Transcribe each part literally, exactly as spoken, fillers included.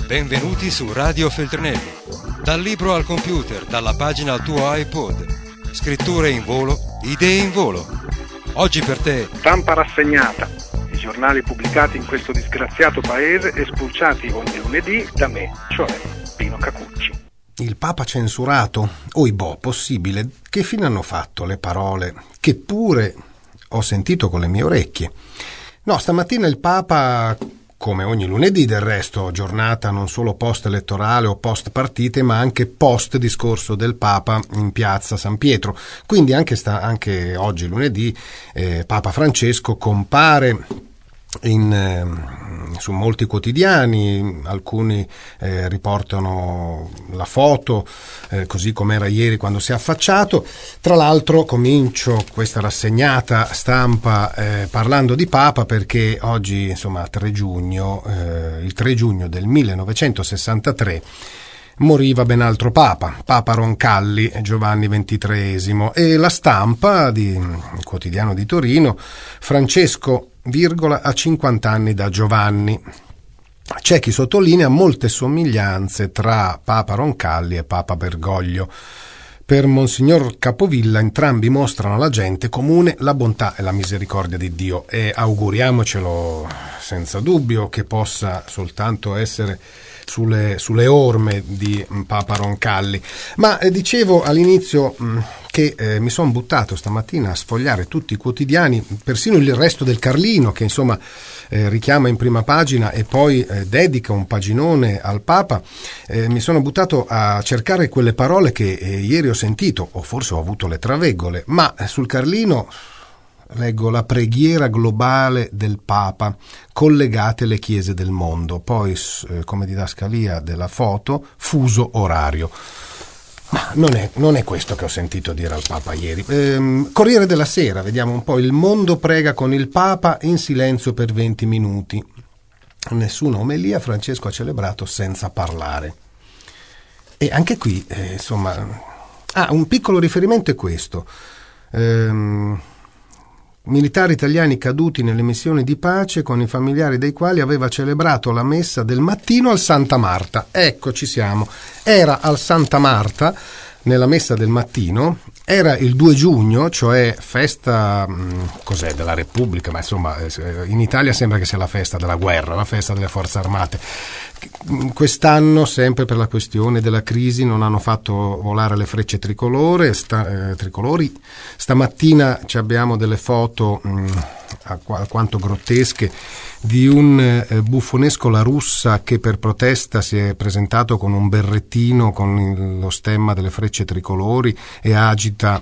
Benvenuti su Radio Feltrinelli. Dal libro al computer, dalla pagina al tuo iPod. Scritture in volo, idee in volo. Oggi per te Stampa rassegnata. I giornali pubblicati in questo disgraziato paese e spulciati ogni lunedì da me, cioè Pino Cacucci. Il Papa censurato? Oibò, possibile? Che fine hanno fatto le parole che pure ho sentito con le mie orecchie? No, stamattina il Papa, come ogni lunedì del resto, giornata non solo post-elettorale o post-partite, ma anche post-discorso del Papa in piazza San Pietro. Quindi anche, sta, anche oggi lunedì eh, Papa Francesco compare in, eh, su molti quotidiani, alcuni eh, riportano la foto eh, così come era ieri quando si è affacciato. Tra l'altro comincio questa rassegnata stampa eh, parlando di Papa perché oggi, insomma, tre giugno, eh, il tre giugno del millenovecentosessantatré moriva ben altro Papa, Papa Roncalli, Giovanni ventitreesimo, e la Stampa, di il quotidiano di Torino, Francesco, virgola, a cinquanta anni da Giovanni. C'è chi sottolinea molte somiglianze tra Papa Roncalli e Papa Bergoglio. Per Monsignor Capovilla entrambi mostrano alla gente comune la bontà e la misericordia di Dio, e auguriamocelo senza dubbio che possa soltanto essere sulle, sulle orme di Papa Roncalli. Ma eh, dicevo all'inizio mh, che eh, mi sono buttato stamattina a sfogliare tutti i quotidiani, persino il Resto del Carlino, che insomma eh, richiama in prima pagina e poi eh, dedica un paginone al Papa. Eh, mi sono buttato a cercare quelle parole che eh, ieri ho sentito, o forse ho avuto le traveggole, ma eh, sul Carlino leggo la preghiera globale del Papa, collegate le chiese del mondo, poi eh, come didascalia della foto, fuso orario. Ma non è, non è questo che ho sentito dire al Papa ieri. Ehm, Corriere della Sera, vediamo un po', il mondo prega con il Papa in silenzio per venti minuti. Nessuna omelia, Francesco ha celebrato senza parlare. E anche qui, eh, insomma, ah, un piccolo riferimento è questo. Ehm, militari italiani caduti nelle missioni di pace con i familiari dei quali aveva celebrato la messa del mattino al Santa Marta. Ecco, ci siamo. Era al Santa Marta nella messa del mattino, era il due giugno, cioè festa, mh, cos'è, della Repubblica, ma insomma in Italia sembra che sia la festa della guerra, la festa delle forze armate. Quest'anno, sempre per la questione della crisi, non hanno fatto volare le frecce tricolore, sta, eh, tricolori. Stamattina ci abbiamo delle foto mh, alquanto grottesche di un eh, buffonesco La Russa che per protesta si è presentato con un berrettino con il, lo stemma delle frecce tricolori e agita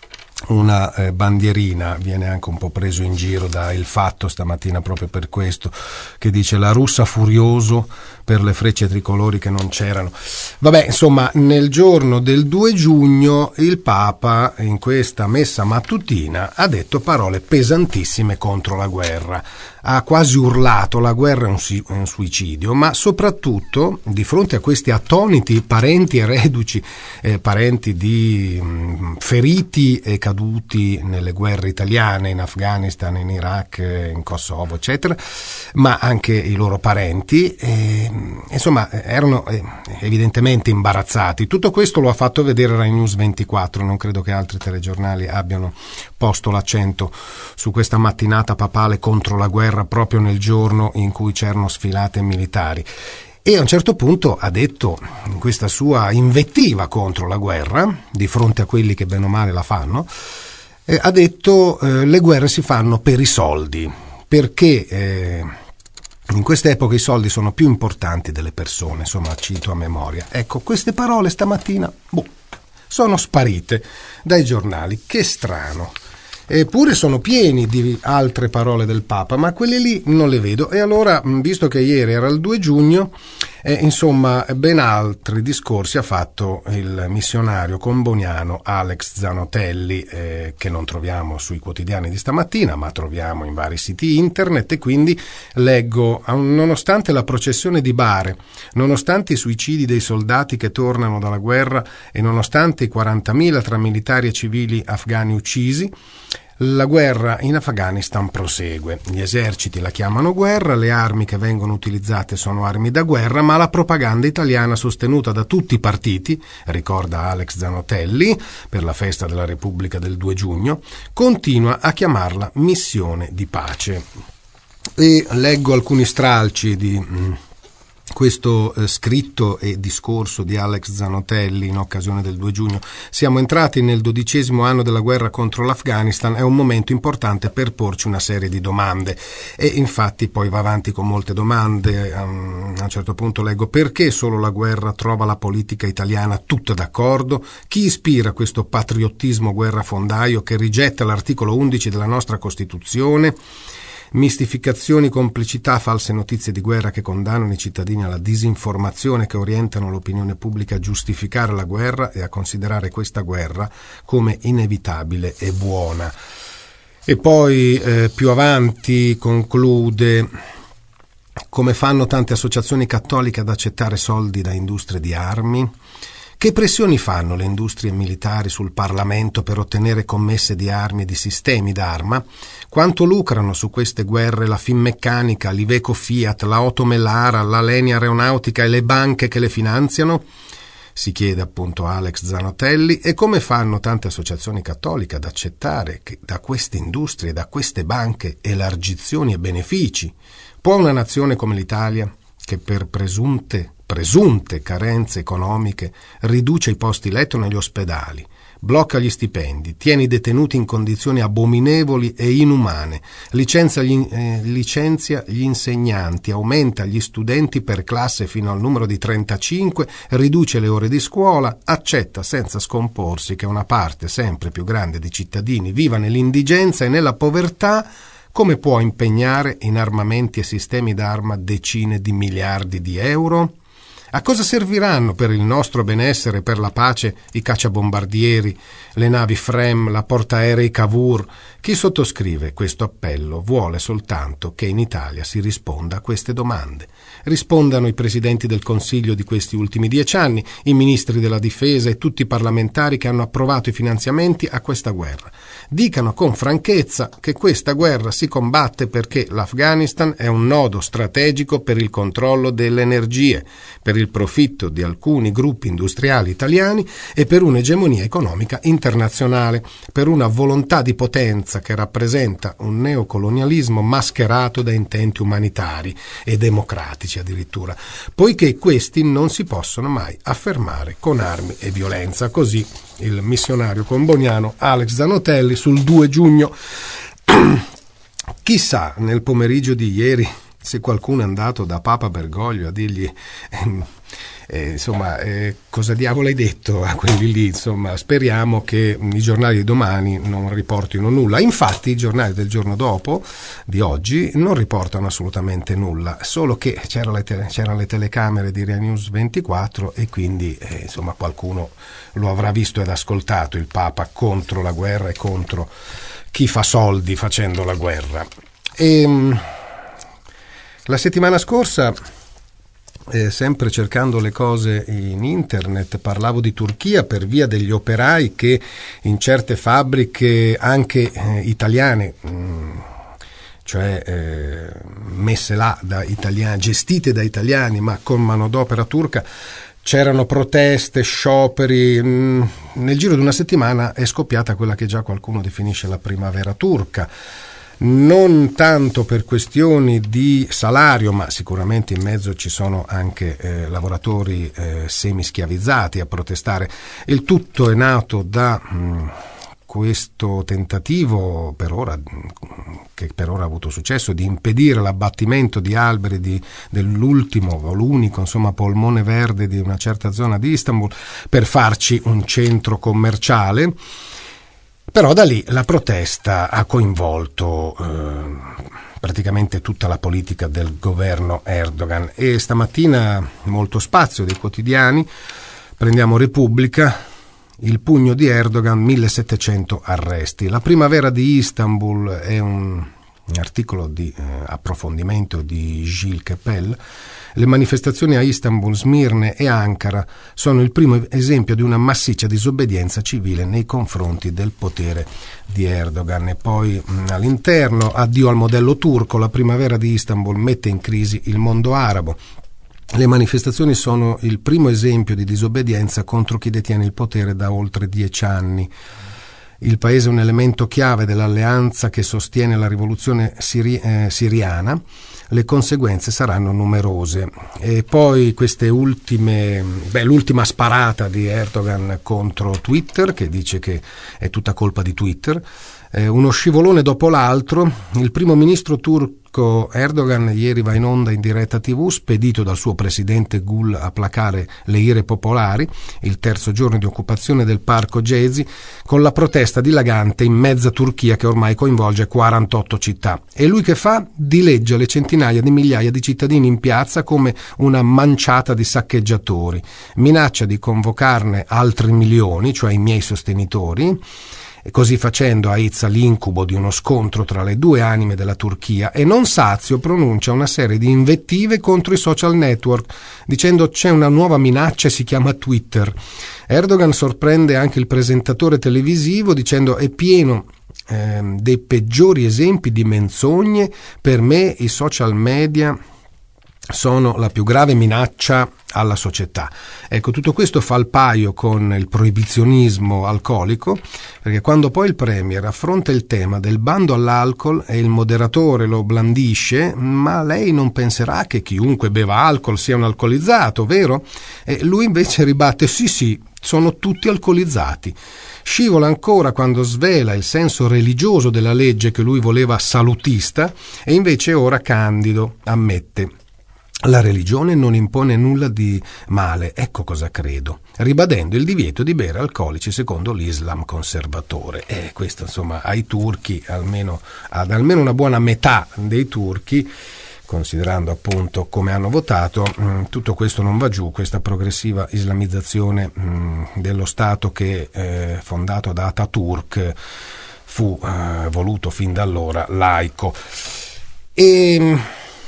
una eh, bandierina. Viene anche un po' preso in giro da Il Fatto stamattina proprio per questo, che dice La Russa furioso per le frecce tricolori che non c'erano. Vabbè, insomma, nel giorno del due giugno il Papa in questa messa mattutina ha detto parole pesantissime contro la guerra. Ha quasi urlato la guerra è un, si- un suicidio, ma soprattutto di fronte a questi attoniti parenti e reduci, eh, parenti di mh, feriti e caduti nelle guerre italiane in Afghanistan, in Iraq, in Kosovo, eccetera, ma anche i loro parenti, eh, insomma erano eh, evidentemente imbarazzati. Tutto questo lo ha fatto vedere Rai News ventiquattro, non credo che altri telegiornali abbiano posto l'accento su questa mattinata papale contro la guerra proprio nel giorno in cui c'erano sfilate militari. E a un certo punto ha detto, in questa sua invettiva contro la guerra, di fronte a quelli che bene o male la fanno, eh, ha detto eh, le guerre si fanno per i soldi, perché eh, in queste epoche i soldi sono più importanti delle persone, insomma, cito a memoria. Ecco, queste parole stamattina boh, sono sparite dai giornali, che strano. Eppure sono pieni di altre parole del Papa, ma quelle lì non le vedo. E allora, visto che ieri era il due giugno, eh, insomma, ben altri discorsi ha fatto il missionario comboniano Alex Zanotelli, eh, che non troviamo sui quotidiani di stamattina, ma troviamo in vari siti internet, e quindi leggo, nonostante la processione di bare, nonostante i suicidi dei soldati che tornano dalla guerra e nonostante i quarantamila tra militari e civili afghani uccisi, La guerra in Afghanistan prosegue. Gli eserciti la chiamano guerra, le armi che vengono utilizzate sono armi da guerra, ma la propaganda italiana sostenuta da tutti i partiti, ricorda Alex Zanotelli per la festa della Repubblica del due giugno, continua a chiamarla missione di pace. E leggo alcuni stralci di mh, questo eh, scritto e discorso di Alex Zanotelli in occasione del due giugno. Siamo entrati nel dodicesimo anno della guerra contro l'Afghanistan, è un momento importante per porci una serie di domande, e infatti poi va avanti con molte domande. Um, a un certo punto leggo: perché solo la guerra trova la politica italiana tutta d'accordo? Chi ispira questo patriottismo guerrafondaio che rigetta l'articolo undici della nostra Costituzione? Mistificazioni, complicità, false notizie di guerra che condannano i cittadini alla disinformazione, che orientano l'opinione pubblica a giustificare la guerra e a considerare questa guerra come inevitabile e buona. E poi eh, più avanti conclude: come fanno tante associazioni cattoliche ad accettare soldi da industrie di armi? Che pressioni fanno le industrie militari sul Parlamento per ottenere commesse di armi e di sistemi d'arma? Quanto lucrano su queste guerre la Finmeccanica, l'Iveco Fiat, la Oto Melara, la Leni Aeronautica e le banche che le finanziano? Si chiede appunto Alex Zanotelli. E come fanno tante associazioni cattoliche ad accettare che da queste industrie, da queste banche, elargizioni e benefici? Può una nazione come l'Italia, che per presunte presunte carenze economiche riduce i posti letto negli ospedali, blocca gli stipendi, tiene i detenuti in condizioni abominevoli e inumane, licenzia gli, eh, licenzia gli insegnanti, aumenta gli studenti per classe fino al numero di trentacinque, riduce le ore di scuola, accetta senza scomporsi che una parte sempre più grande di cittadini viva nell'indigenza e nella povertà? Come può impegnare in armamenti e sistemi d'arma decine di miliardi di euro? A cosa serviranno per il nostro benessere e per la pace i cacciabombardieri, le navi Frem, la portaerei Cavour? Chi sottoscrive questo appello vuole soltanto che in Italia si risponda a queste domande. Rispondano i presidenti del Consiglio di questi ultimi dieci anni, i ministri della difesa e tutti i parlamentari che hanno approvato i finanziamenti a questa guerra. Dicano con franchezza che questa guerra si combatte perché l'Afghanistan è un nodo strategico per il controllo delle energie, per il profitto di alcuni gruppi industriali italiani e per un'egemonia economica internazionale, per una volontà di potenza che rappresenta un neocolonialismo mascherato da intenti umanitari e democratici addirittura, poiché questi non si possono mai affermare con armi e violenza. Così il missionario comboniano Alex Zanotelli sul due giugno. Chissà nel pomeriggio di ieri se qualcuno è andato da Papa Bergoglio a dirgli eh, eh, insomma eh, cosa diavolo hai detto a quelli lì. Insomma, speriamo che i giornali di domani non riportino nulla. Infatti i giornali del giorno dopo, di oggi, non riportano assolutamente nulla, solo che c'era le te- c'erano le telecamere di Rai News ventiquattro e quindi eh, insomma qualcuno lo avrà visto ed ascoltato, il Papa contro la guerra e contro chi fa soldi facendo la guerra. E la settimana scorsa, eh, sempre cercando le cose in internet, parlavo di Turchia per via degli operai che in certe fabbriche anche eh, italiane, mh, cioè eh, messe là da italiani, gestite da italiani ma con manodopera turca, c'erano proteste, scioperi. Mh, nel giro di una settimana è scoppiata quella che già qualcuno definisce la primavera turca. Non tanto per questioni di salario, ma sicuramente in mezzo ci sono anche eh, lavoratori eh, semischiavizzati a protestare. Il tutto è nato da mh, questo tentativo, per ora, che per ora ha avuto successo, di impedire l'abbattimento di alberi di, dell'ultimo o l'unico insomma polmone verde di una certa zona di Istanbul per farci un centro commerciale. Però da lì la protesta ha coinvolto eh, praticamente tutta la politica del governo Erdogan e stamattina molto spazio dei quotidiani. Prendiamo Repubblica, il pugno di Erdogan, millesettecento arresti. La primavera di Istanbul è un articolo di eh, approfondimento di Gilles Kepel, le manifestazioni a Istanbul, Smirne e Ankara sono il primo esempio di una massiccia disobbedienza civile nei confronti del potere di Erdogan. E poi mh, all'interno, addio al modello turco, la primavera di Istanbul mette in crisi il mondo arabo. Le manifestazioni sono il primo esempio di disobbedienza contro chi detiene il potere da oltre dieci anni. Il paese è un elemento chiave dell'alleanza che sostiene la rivoluzione siri- eh, siriana. Le conseguenze saranno numerose. E poi queste ultime, beh, l'ultima sparata di Erdogan contro Twitter, che dice che è tutta colpa di Twitter. Eh, uno scivolone dopo l'altro. Il primo ministro turco Erdogan ieri va in onda in diretta tivù, spedito dal suo presidente Gül a placare le ire popolari, il terzo giorno di occupazione del parco Gezi, con la protesta dilagante in mezza Turchia che ormai coinvolge quarantotto città. E lui che fa? Dileggia le centinaia di migliaia di cittadini in piazza come una manciata di saccheggiatori, minaccia di convocarne altri milioni, cioè i miei sostenitori, e così facendo aizza l'incubo di uno scontro tra le due anime della Turchia, e non sazio pronuncia una serie di invettive contro i social network, dicendo c'è una nuova minaccia e si chiama Twitter. Erdogan sorprende anche il presentatore televisivo dicendo è pieno eh, dei peggiori esempi di menzogne, per me i social media sono la più grave minaccia alla società. Ecco, tutto questo fa il paio con il proibizionismo alcolico, perché quando poi il premier affronta il tema del bando all'alcol e il moderatore lo blandisce, ma lei non penserà che chiunque beva alcol sia un alcolizzato, vero? E lui invece ribatte sì sì, sono tutti alcolizzati. Scivola ancora quando svela il senso religioso della legge che lui voleva salutista, e invece ora candido ammette: la religione non impone nulla di male, ecco cosa credo, ribadendo il divieto di bere alcolici secondo l'Islam conservatore. E questo, insomma, ai turchi, almeno ad almeno una buona metà dei turchi, considerando appunto come hanno votato, mh, tutto questo non va giù, questa progressiva islamizzazione mh, dello Stato che, eh, fondato da Ataturk, fu eh, voluto fin da allora laico. E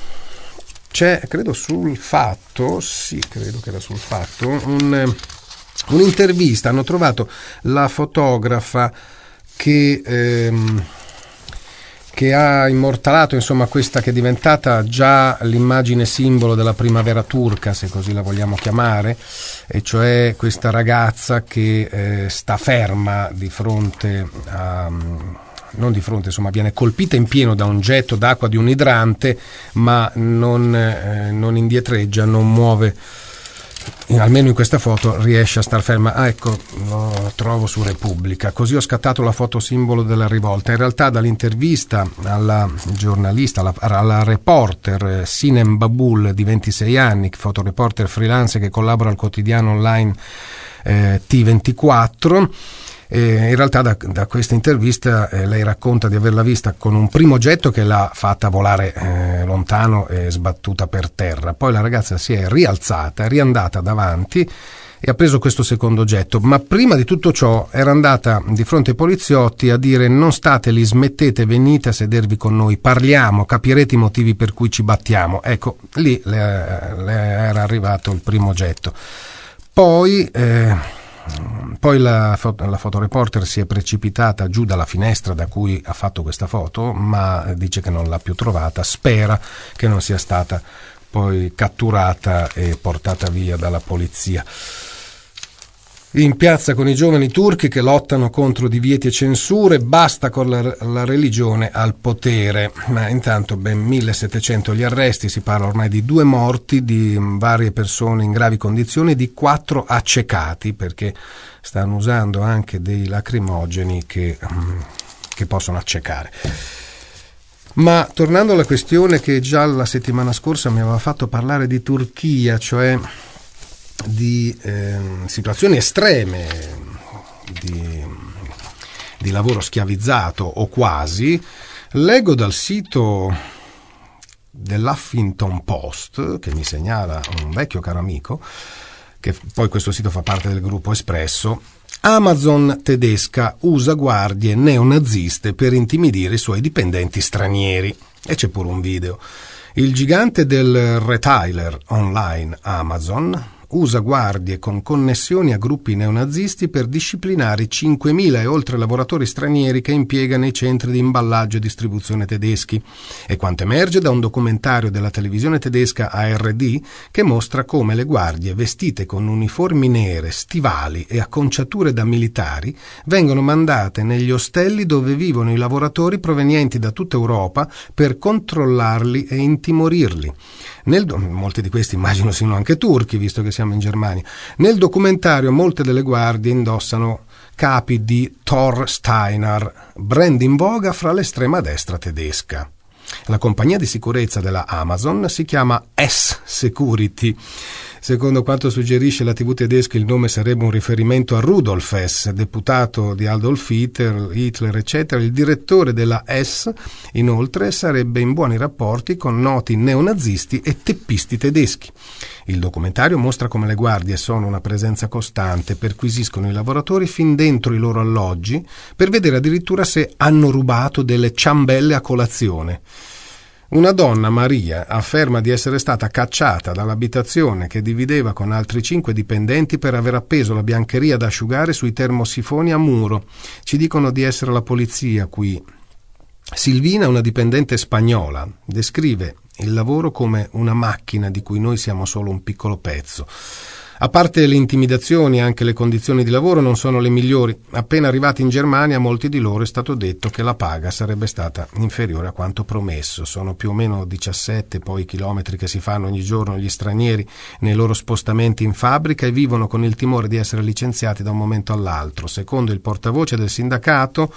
c'è, credo sul Fatto, sì, credo che era sul Fatto, un, un'intervista, hanno trovato la fotografa che, ehm, che ha immortalato, insomma, questa che è diventata già l'immagine simbolo della primavera turca, se così la vogliamo chiamare, e cioè questa ragazza che eh, sta ferma di fronte a... non di fronte, insomma, viene colpita in pieno da un getto d'acqua di un idrante, ma non, eh, non indietreggia, non muove, almeno in questa foto riesce a star ferma. Ah, ecco, lo trovo su Repubblica. Così ho scattato la foto simbolo della rivolta. In realtà dall'intervista alla giornalista, alla, alla reporter Sinem Babul, di ventisei anni, fotoreporter freelance che collabora al quotidiano online eh, T ventiquattro, E in realtà da, da questa intervista eh, lei racconta di averla vista con un primo getto che l'ha fatta volare eh, lontano e sbattuta per terra. Poi la ragazza si è rialzata, è riandata davanti e ha preso questo secondo getto, ma prima di tutto ciò era andata di fronte ai poliziotti a dire: non state lì, smettete, venite a sedervi con noi, parliamo, capirete i motivi per cui ci battiamo. Ecco, lì le, le era arrivato il primo getto. Poi eh, Poi la, la fotoreporter si è precipitata giù dalla finestra da cui ha fatto questa foto, ma dice che non l'ha più trovata, spera che non sia stata poi catturata e portata via dalla polizia. In piazza con i giovani turchi che lottano contro divieti e censure, basta con la, la religione al potere. Ma intanto ben millesettecento gli arresti, si parla ormai di due morti, di varie persone in gravi condizioni, di quattro accecati, perché stanno usando anche dei lacrimogeni che, che possono accecare. Ma tornando alla questione che già la settimana scorsa mi aveva fatto parlare di Turchia, cioè di eh, situazioni estreme di, di lavoro schiavizzato o quasi, leggo dal sito dell'Huffington Post, che mi segnala un vecchio caro amico, che poi questo sito fa parte del gruppo Espresso, Amazon tedesca usa guardie neonaziste per intimidire i suoi dipendenti stranieri. E c'è pure un video. Il gigante del retailer online Amazon usa guardie con connessioni a gruppi neonazisti per disciplinare i cinquemila e oltre lavoratori stranieri che impiega nei centri di imballaggio e distribuzione tedeschi. È quanto emerge da un documentario della televisione tedesca A R D che mostra come le guardie vestite con uniformi nere, stivali e acconciature da militari vengono mandate negli ostelli dove vivono i lavoratori provenienti da tutta Europa per controllarli e intimorirli. Nel do- molti di questi immagino siano anche turchi, visto che siamo in Germania. Nel documentario molte delle guardie indossano capi di Thor Steiner, brand in voga fra l'estrema destra tedesca. La compagnia di sicurezza della Amazon si chiama S-Security. Secondo quanto suggerisce la tivù tedesca, il nome sarebbe un riferimento a Rudolf Hess, deputato di Adolf Hitler, Hitler, eccetera. Il direttore della S, inoltre, sarebbe in buoni rapporti con noti neonazisti e teppisti tedeschi. Il documentario mostra come le guardie sono una presenza costante, perquisiscono i lavoratori fin dentro i loro alloggi per vedere addirittura se hanno rubato delle ciambelle a colazione. Una donna, Maria, afferma di essere stata cacciata dall'abitazione che divideva con altri cinque dipendenti per aver appeso la biancheria da asciugare sui termosifoni a muro. Ci dicono di essere la polizia qui. Silvina, una dipendente spagnola, descrive il lavoro come una macchina di cui noi siamo solo un piccolo pezzo. A parte le intimidazioni, anche le condizioni di lavoro non sono le migliori. Appena arrivati in Germania, a molti di loro è stato detto che la paga sarebbe stata inferiore a quanto promesso. Sono più o meno diciassette poi i chilometri che si fanno ogni giorno gli stranieri nei loro spostamenti in fabbrica e vivono con il timore di essere licenziati da un momento all'altro. Secondo il portavoce del sindacato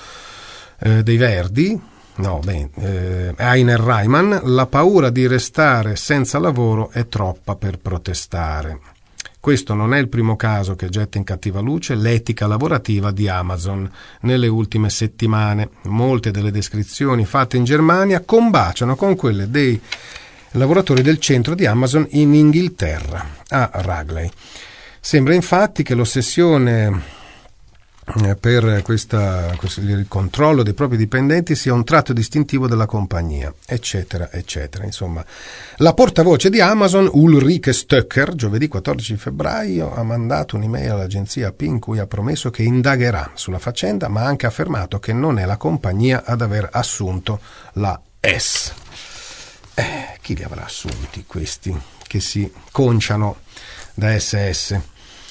eh, dei Verdi, No, beh, eh, Heiner Reimann, la paura di restare senza lavoro è troppa per protestare. Questo non è il primo caso che getta in cattiva luce l'etica lavorativa di Amazon. Nelle ultime settimane molte delle descrizioni fatte in Germania combaciano con quelle dei lavoratori del centro di Amazon in Inghilterra, a Ragley. Sembra infatti che l'ossessione per questa, questo, il controllo dei propri dipendenti sia un tratto distintivo della compagnia, eccetera, eccetera. Insomma, la portavoce di Amazon, Ulrike Stöcker, giovedì quattordici febbraio, ha mandato un'email all'agenzia A P in cui ha promesso che indagherà sulla faccenda, ma ha anche affermato che non è la compagnia ad aver assunto la S. Eh, chi li avrà assunti questi che si conciano da S S?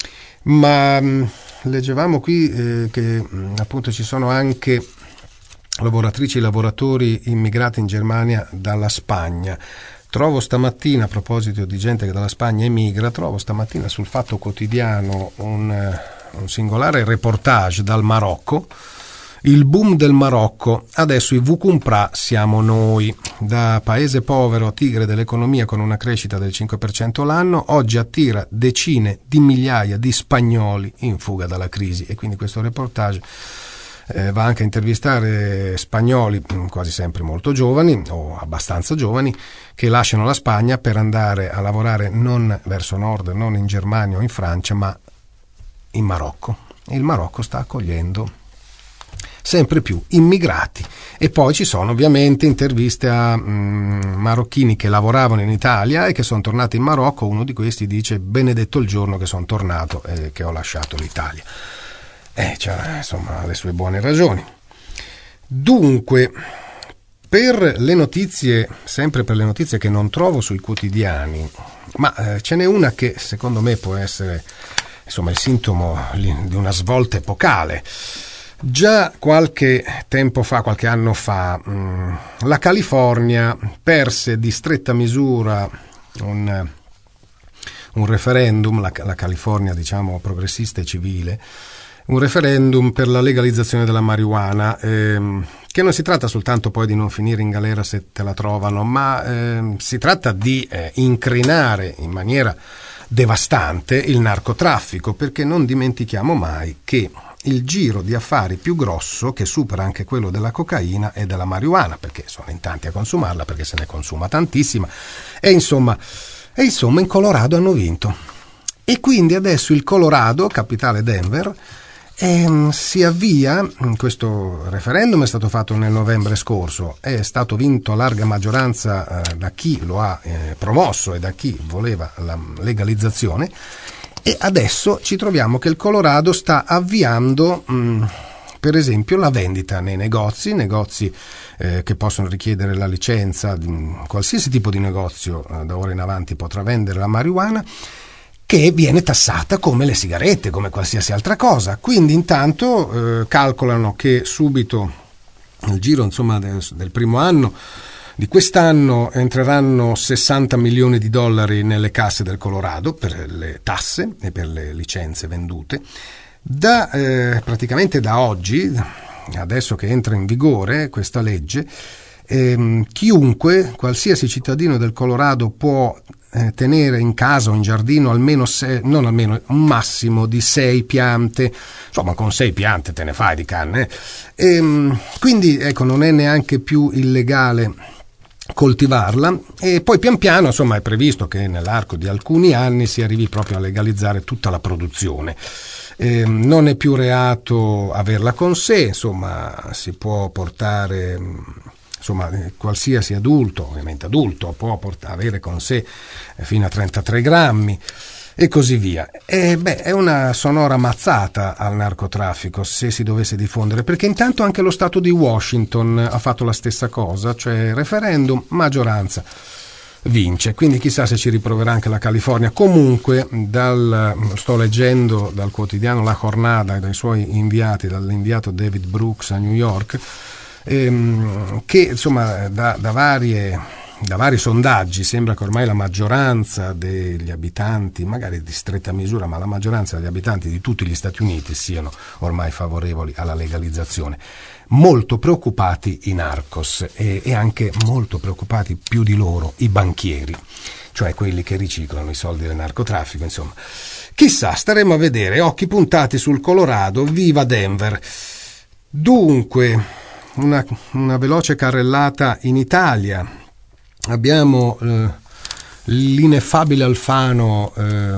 Ma leggevamo qui eh, che appunto ci sono anche lavoratrici e lavoratori immigrati in Germania dalla Spagna. Trovo stamattina, a proposito di gente che dalla Spagna emigra, trovo stamattina sul Fatto Quotidiano un, un singolare reportage dal Marocco. Il boom del Marocco, adesso i Vukumpra siamo noi. Da paese povero a tigre dell'economia con una crescita del cinque per cento l'anno, oggi attira decine di migliaia di spagnoli in fuga dalla crisi. E quindi questo reportage eh, va anche a intervistare spagnoli, quasi sempre molto giovani o abbastanza giovani, che lasciano la Spagna per andare a lavorare non verso nord, non in Germania o in Francia, ma in Marocco. E il Marocco sta accogliendo sempre più immigrati. E poi ci sono ovviamente interviste a mm, marocchini che lavoravano in Italia e che sono tornati in Marocco. Uno di questi dice: benedetto il giorno che sono tornato e che ho lasciato l'Italia. Eh, cioè, insomma, ha le sue buone ragioni. Dunque, per le notizie, sempre per le notizie che non trovo sui quotidiani, ma eh, ce n'è una che secondo me può essere, insomma, il sintomo di una svolta epocale. Già qualche tempo fa, qualche anno fa, mh, la California perse di stretta misura un, un referendum, la, la California, diciamo, progressista e civile, un referendum per la legalizzazione della marijuana, ehm, che non si tratta soltanto poi di non finire in galera se te la trovano, ma ehm, si tratta di eh, incrinare in maniera devastante il narcotraffico, perché non dimentichiamo mai che il giro di affari più grosso, che supera anche quello della cocaina e della marijuana, perché sono in tanti a consumarla, perché se ne consuma tantissima, e insomma, e insomma in Colorado hanno vinto. E quindi adesso il Colorado, capitale Denver, E si avvia, questo referendum è stato fatto nel novembre scorso, è stato vinto a larga maggioranza eh, da chi lo ha eh, promosso e da chi voleva la legalizzazione, e adesso ci troviamo che il Colorado sta avviando mh, per esempio la vendita nei negozi, negozi eh, che possono richiedere la licenza, mh, qualsiasi tipo di negozio eh, da ora in avanti potrà vendere la marijuana, che viene tassata come le sigarette, come qualsiasi altra cosa. Quindi intanto eh, calcolano che subito, nel giro insomma del, del primo anno di quest'anno, entreranno sessanta milioni di dollari nelle casse del Colorado per le tasse e per le licenze vendute. Da eh, praticamente da oggi, adesso che entra in vigore questa legge, ehm, chiunque, qualsiasi cittadino del Colorado può Eh, tenere in casa o in giardino almeno sei, non almeno un massimo di sei piante, insomma con sei piante te ne fai di canne, eh. e, quindi ecco, non è neanche più illegale coltivarla, e poi pian piano insomma è previsto che nell'arco di alcuni anni si arrivi proprio a legalizzare tutta la produzione. Eh, non è più reato averla con sé, insomma si può portare, insomma qualsiasi adulto, ovviamente adulto, può port- avere con sé fino a trentatré grammi e così via. E beh, è una sonora mazzata al narcotraffico se si dovesse diffondere, perché intanto anche lo stato di Washington ha fatto la stessa cosa, cioè referendum, maggioranza vince, quindi chissà se ci riproverà anche la California. Comunque dal, sto leggendo dal quotidiano La Jornada e dai suoi inviati, dall'inviato David Brooks a New York, ehm, che insomma da, da varie da vari sondaggi sembra che ormai la maggioranza degli abitanti, magari di stretta misura, ma la maggioranza degli abitanti di tutti gli Stati Uniti siano ormai favorevoli alla legalizzazione. Molto preoccupati i narcos e, e anche molto preoccupati più di loro i banchieri, cioè quelli che riciclano i soldi del narcotraffico, insomma. Chissà, staremo a vedere, occhi puntati sul Colorado, viva Denver. Dunque, una, una veloce carrellata in Italia. Abbiamo eh, l'ineffabile Alfano eh,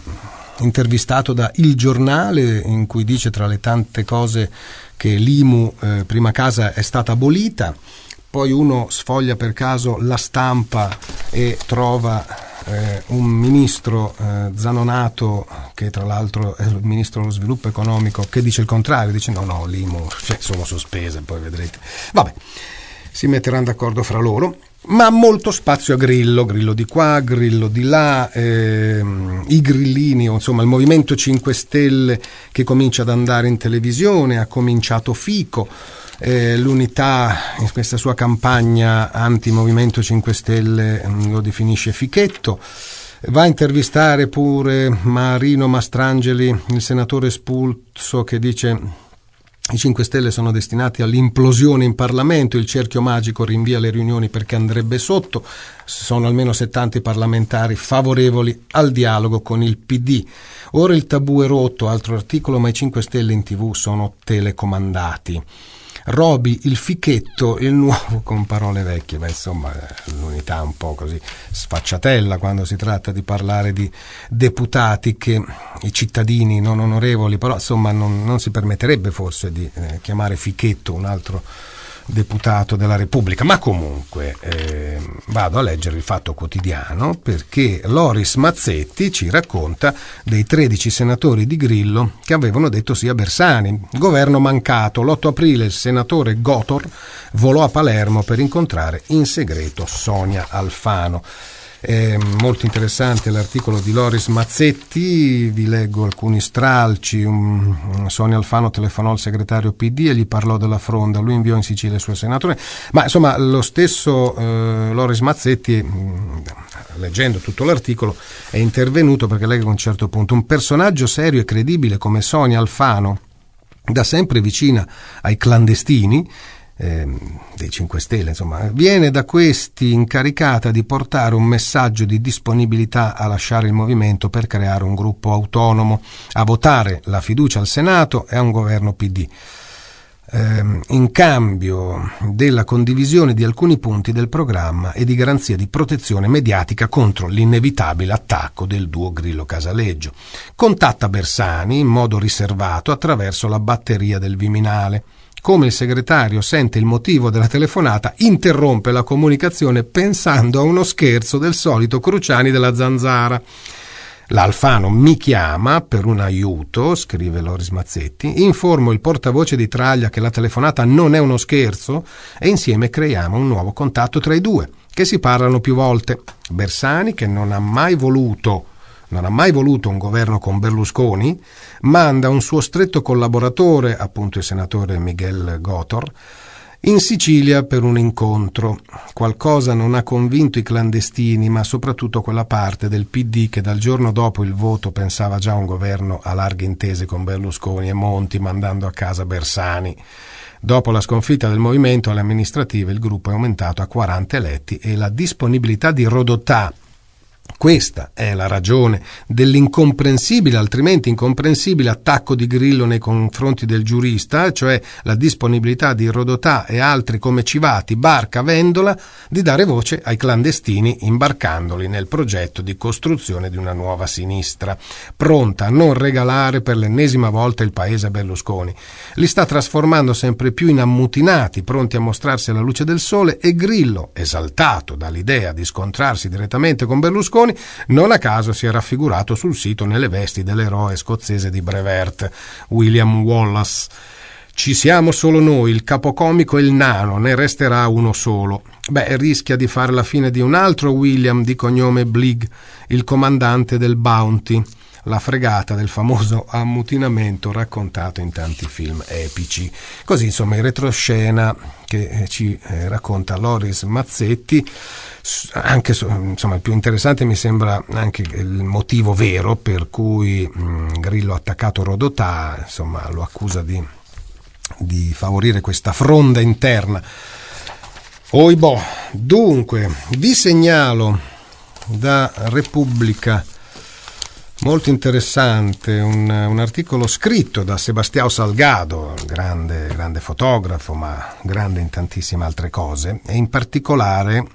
intervistato da Il Giornale, in cui dice tra le tante cose che l'I M U eh, prima casa è stata abolita. Poi uno sfoglia per caso La Stampa e trova eh, un ministro eh, Zanonato, che tra l'altro è il ministro dello sviluppo economico, che dice il contrario, dice no no l'I M U cioè, sono sospese, poi vedrete. Vabbè, si metteranno d'accordo fra loro. Ma molto spazio a Grillo, Grillo di qua, Grillo di là, ehm, i grillini, o insomma il Movimento cinque Stelle che comincia ad andare in televisione, ha cominciato Fico, eh, l'Unità in questa sua campagna anti-Movimento cinque Stelle mh, lo definisce Fichetto, va a intervistare pure Marino Mastrangeli, il senatore espulso, che dice: i cinque Stelle sono destinati all'implosione in Parlamento, il cerchio magico rinvia le riunioni perché andrebbe sotto, sono almeno settanta parlamentari favorevoli al dialogo con il P D. Ora il tabù è rotto, altro articolo, ma i cinque Stelle in tivù sono telecomandati. Roby, il Fichetto, il nuovo, con parole vecchie, ma insomma l'Unità un po' così sfacciatella quando si tratta di parlare di deputati che i cittadini non onorevoli, però insomma non, non si permetterebbe forse di eh, chiamare Fichetto un altro deputato della Repubblica, ma comunque eh, vado a leggere il Fatto Quotidiano, perché Loris Mazzetti ci racconta dei tredici senatori di Grillo che avevano detto sì a Bersani. Governo mancato. L'otto aprile il senatore Gotor volò a Palermo per incontrare in segreto Sonia Alfano. È molto interessante l'articolo di Loris Mazzetti, vi leggo alcuni stralci. Um, Sonia Alfano telefonò al segretario P D e gli parlò della fronda, lui inviò in Sicilia il suo senatore, ma insomma lo stesso eh, Loris Mazzetti, mh, leggendo tutto l'articolo, è intervenuto perché legge a un certo punto: un personaggio serio e credibile come Sonia Alfano, da sempre vicina ai clandestini, Eh, dei cinque Stelle, insomma, viene da questi incaricata di portare un messaggio di disponibilità a lasciare il movimento per creare un gruppo autonomo, a votare la fiducia al Senato e a un governo P D. ehm, in cambio della condivisione di alcuni punti del programma e di garanzia di protezione mediatica contro l'inevitabile attacco del duo Grillo-Casaleggio. Contatta Bersani in modo riservato attraverso la batteria del Viminale. Come il segretario sente il motivo della telefonata, interrompe la comunicazione pensando a uno scherzo del solito Cruciani della Zanzara. L'Alfano mi chiama per un aiuto, scrive Loris Mazzetti, informo il portavoce di Traglia che la telefonata non è uno scherzo e insieme creiamo un nuovo contatto tra i due, che si parlano più volte. Bersani, che non ha mai voluto non ha mai voluto un governo con Berlusconi, manda un suo stretto collaboratore, appunto il senatore Miguel Gotor, in Sicilia per un incontro. Qualcosa non ha convinto i clandestini, ma soprattutto quella parte del P D che dal giorno dopo il voto pensava già a un governo a larghe intese con Berlusconi e Monti, mandando a casa Bersani. Dopo la sconfitta del movimento alle amministrative, il gruppo è aumentato a quaranta eletti e la disponibilità di Rodotà. Questa è la ragione dell'incomprensibile, altrimenti incomprensibile, attacco di Grillo nei confronti del giurista, cioè la disponibilità di Rodotà e altri come Civati, Barca, Vendola di dare voce ai clandestini imbarcandoli nel progetto di costruzione di una nuova sinistra, pronta a non regalare per l'ennesima volta il paese a Berlusconi. Li sta trasformando sempre più in ammutinati, pronti a mostrarsi alla luce del sole, e Grillo, esaltato dall'idea di scontrarsi direttamente con Berlusconi, non a caso si è raffigurato sul sito nelle vesti dell'eroe scozzese di Brevert, William Wallace. Ci siamo solo noi, il capocomico e il nano, ne resterà uno solo. Beh, rischia di fare la fine di un altro William di cognome Bligh, il comandante del Bounty, la fregata del famoso ammutinamento raccontato in tanti film epici. Così, insomma, in retroscena che ci eh, racconta Loris Mazzetti. Anche, insomma, il più interessante mi sembra anche il motivo vero per cui mh, Grillo ha attaccato Rodotà, insomma, lo accusa di, di favorire questa fronda interna. Oibò, dunque, vi segnalo da Repubblica molto interessante un, un articolo scritto da Sebastião Salgado, grande, grande fotografo, ma grande in tantissime altre cose, e in particolare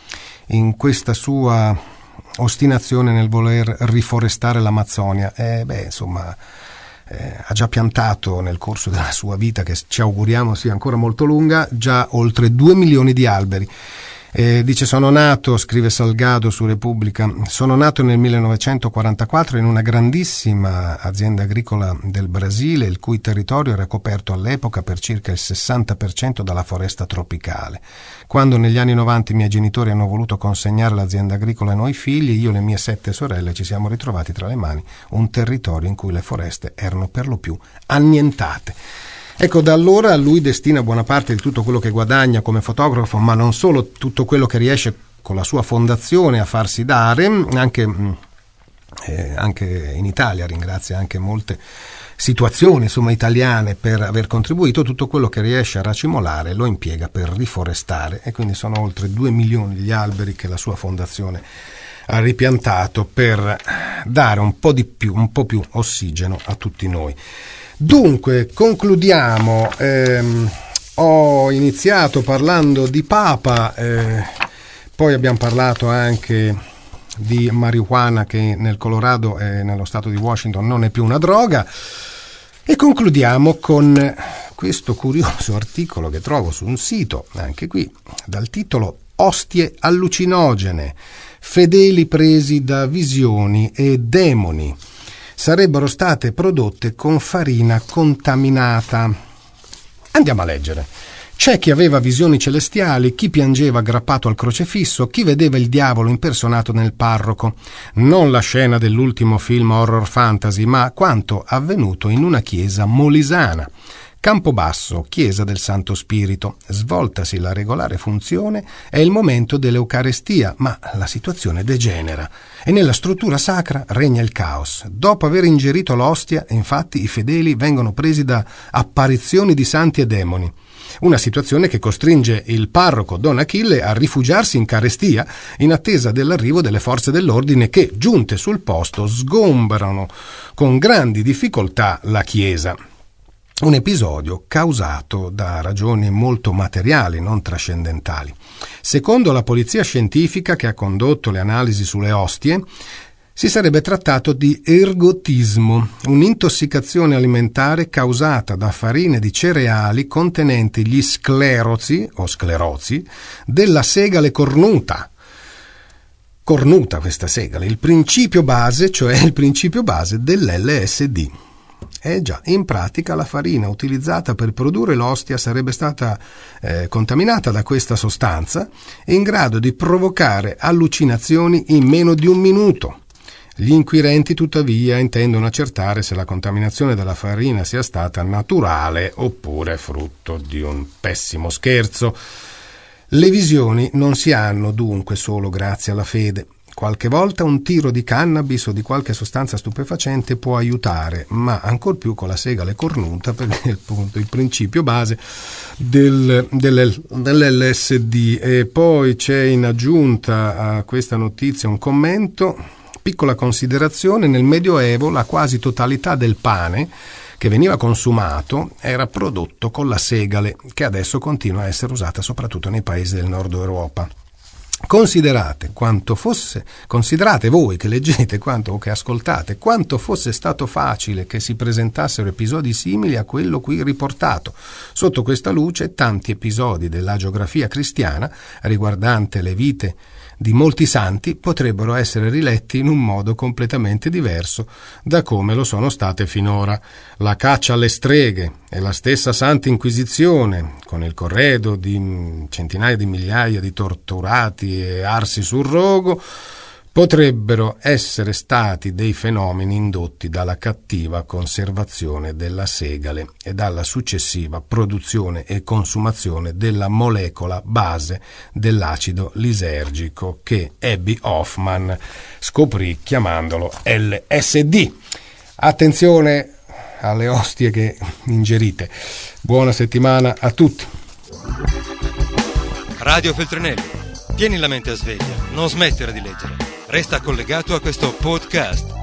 in questa sua ostinazione nel voler riforestare l'Amazzonia. E beh, insomma, eh, ha già piantato nel corso della sua vita, che ci auguriamo sia ancora molto lunga, già oltre due milioni di alberi. Eh, dice: sono nato, scrive Salgado su Repubblica, sono nato nel millenovecentoquarantaquattro in una grandissima azienda agricola del Brasile, il cui territorio era coperto all'epoca per circa il sessanta per cento dalla foresta tropicale. Quando negli anni novanta i miei genitori hanno voluto consegnare l'azienda agricola ai noi figli, io e le mie sette sorelle ci siamo ritrovati tra le mani un territorio in cui le foreste erano per lo più annientate. Ecco, da allora lui destina buona parte di tutto quello che guadagna come fotografo, ma non solo, tutto quello che riesce con la sua fondazione a farsi dare, anche, eh, anche in Italia, ringrazia anche molte situazioni, insomma, italiane per aver contribuito, tutto quello che riesce a racimolare lo impiega per riforestare, e quindi sono oltre due milioni gli alberi che la sua fondazione ha ripiantato per dare un po' di più, un po' più ossigeno a tutti noi. Dunque, concludiamo. Eh, ho iniziato parlando di Papa, eh, poi abbiamo parlato anche di marijuana, che nel Colorado e nello stato di Washington non è più una droga, e concludiamo con questo curioso articolo che trovo su un sito, anche qui, dal titolo "Ostie allucinogene, fedeli presi da visioni e demoni. Sarebbero state prodotte con farina contaminata". Andiamo a leggere. C'è chi aveva visioni celestiali, chi piangeva aggrappato al crocefisso, chi vedeva il diavolo impersonato nel parroco. Non la scena dell'ultimo film horror fantasy, ma quanto avvenuto in una chiesa molisana. Campobasso, chiesa del Santo Spirito. Svoltasi la regolare funzione, è il momento dell'Eucarestia, ma la situazione degenera e nella struttura sacra regna il caos. Dopo aver ingerito l'ostia, infatti, i fedeli vengono presi da apparizioni di santi e demoni. Una situazione che costringe il parroco Don Achille a rifugiarsi in carestia in attesa dell'arrivo delle forze dell'ordine che, giunte sul posto, sgomberano con grandi difficoltà la chiesa. Un episodio causato da ragioni molto materiali, non trascendentali. Secondo la polizia scientifica che ha condotto le analisi sulle ostie, si sarebbe trattato di ergotismo, un'intossicazione alimentare causata da farine di cereali contenenti gli sclerozi o sclerozi della segale cornuta. Cornuta questa segale, il principio base, cioè il principio base dell'L S D. Eh già, in pratica la farina utilizzata per produrre l'ostia sarebbe stata eh, contaminata da questa sostanza e in grado di provocare allucinazioni in meno di un minuto. Gli inquirenti tuttavia intendono accertare se la contaminazione della farina sia stata naturale oppure frutto di un pessimo scherzo. Le visioni non si hanno dunque solo grazie alla fede. Qualche volta un tiro di cannabis o di qualche sostanza stupefacente può aiutare, ma ancor più con la segale cornuta, perché è appunto il principio base del, del, dell'L S D. E poi c'è in aggiunta a questa notizia un commento, piccola considerazione: nel Medioevo la quasi totalità del pane che veniva consumato era prodotto con la segale, che adesso continua a essere usata soprattutto nei paesi del nord Europa. Considerate quanto fosse, considerate voi che leggete quanto o che ascoltate, quanto fosse stato facile che si presentassero episodi simili a quello qui riportato. Sotto questa luce, tanti episodi dell'agiografia cristiana riguardante le vite di molti santi potrebbero essere riletti in un modo completamente diverso da come lo sono state finora. La caccia alle streghe e la stessa Santa Inquisizione, con il corredo di centinaia di migliaia di torturati e arsi sul rogo, potrebbero essere stati dei fenomeni indotti dalla cattiva conservazione della segale e dalla successiva produzione e consumazione della molecola base dell'acido lisergico che Abbie Hoffman scoprì chiamandolo L S D. Attenzione alle ostie che ingerite. Buona settimana a tutti. Radio Feltrinelli, tieni la mente a sveglia, non smettere di leggere. Resta collegato a questo podcast.